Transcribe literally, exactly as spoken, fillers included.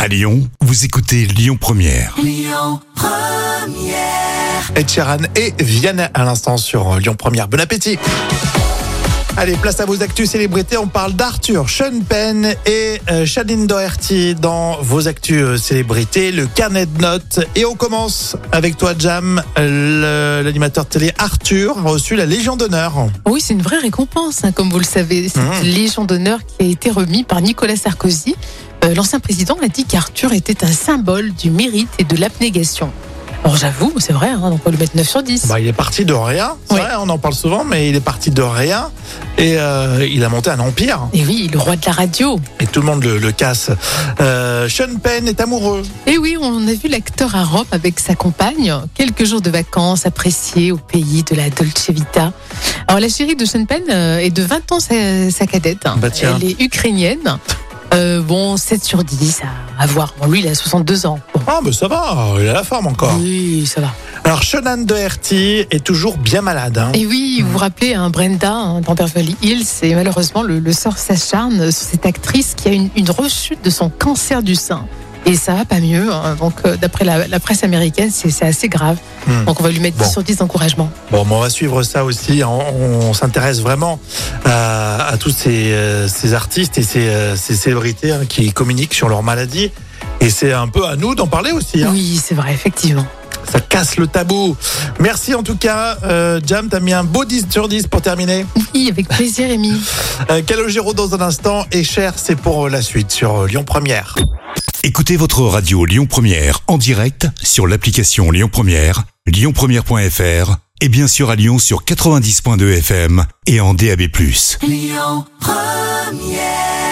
À Lyon, vous écoutez Lyon Première. Lyon Première. Ed Sheeran et Vianney à l'instant sur Lyon Première. Bon appétit. Allez, place à vos actus célébrités. On parle d'Arthur, Sean Penn et euh, Shannen Doherty dans vos actus euh, célébrités, le carnet de notes. Et on commence avec toi, Jam. Le, l'animateur de télé Arthur a reçu la Légion d'honneur. Oui, c'est une vraie récompense, hein, comme vous le savez. C'est Mmh. une Légion d'honneur qui a été remise par Nicolas Sarkozy. Euh, l'ancien président a dit qu'Arthur était un symbole du mérite et de l'abnégation. Alors j'avoue, c'est vrai, hein, on peut lui mettre neuf sur dix. Bah, il est parti de rien. C'est Oui. vrai, on en parle souvent, mais il est parti de rien. Et euh, il a monté un empire. Et oui, le roi de la radio. Et tout le monde le, le casse. Euh, Sean Penn est amoureux. Et oui, on a vu l'acteur à Rome avec sa compagne. Quelques jours de vacances appréciés au pays de la Dolce Vita. Alors la chérie de Sean Penn euh, est de vingt ans sa, sa cadette. Bah, tiens. Elle est ukrainienne. Euh, bon, sept sur dix à, à voir. Bon, lui, il a soixante-deux ans. Bon. Ah, mais ça va, il a la forme encore. Oui, ça va. Alors, Shannen Doherty est toujours bien malade. Hein. Et oui, vous vous rappelez, hein, Brenda hein, dans Beverly Hills, et malheureusement, le, le sort s'acharne sur cette actrice qui a une, une rechute de son cancer du sein. Et ça va pas mieux. Hein. Donc, euh, d'après la, la presse américaine, c'est, c'est assez grave. Hmm. Donc, on va lui mettre Bon. dix sur dix d'encouragement. Bon, on va suivre ça aussi. On, on s'intéresse vraiment à, à tous ces, euh, ces artistes et ces, euh, ces célébrités hein, qui communiquent sur leur maladie. Et c'est un peu à nous d'en parler aussi. Hein. Oui, c'est vrai, effectivement. Ça casse le tabou. Merci en tout cas. Euh, Jam, t'as mis un beau dix sur dix pour terminer. Oui, avec plaisir, Rémi. Euh, Calogero dans un instant. Et Cher, c'est pour la suite sur euh, Lyon Première. Écoutez votre radio Lyon Première en direct sur l'application Lyon Première, lyon première point f r et bien sûr à Lyon sur quatre-vingt-dix point deux F M et en D A B plus. Lyon Première.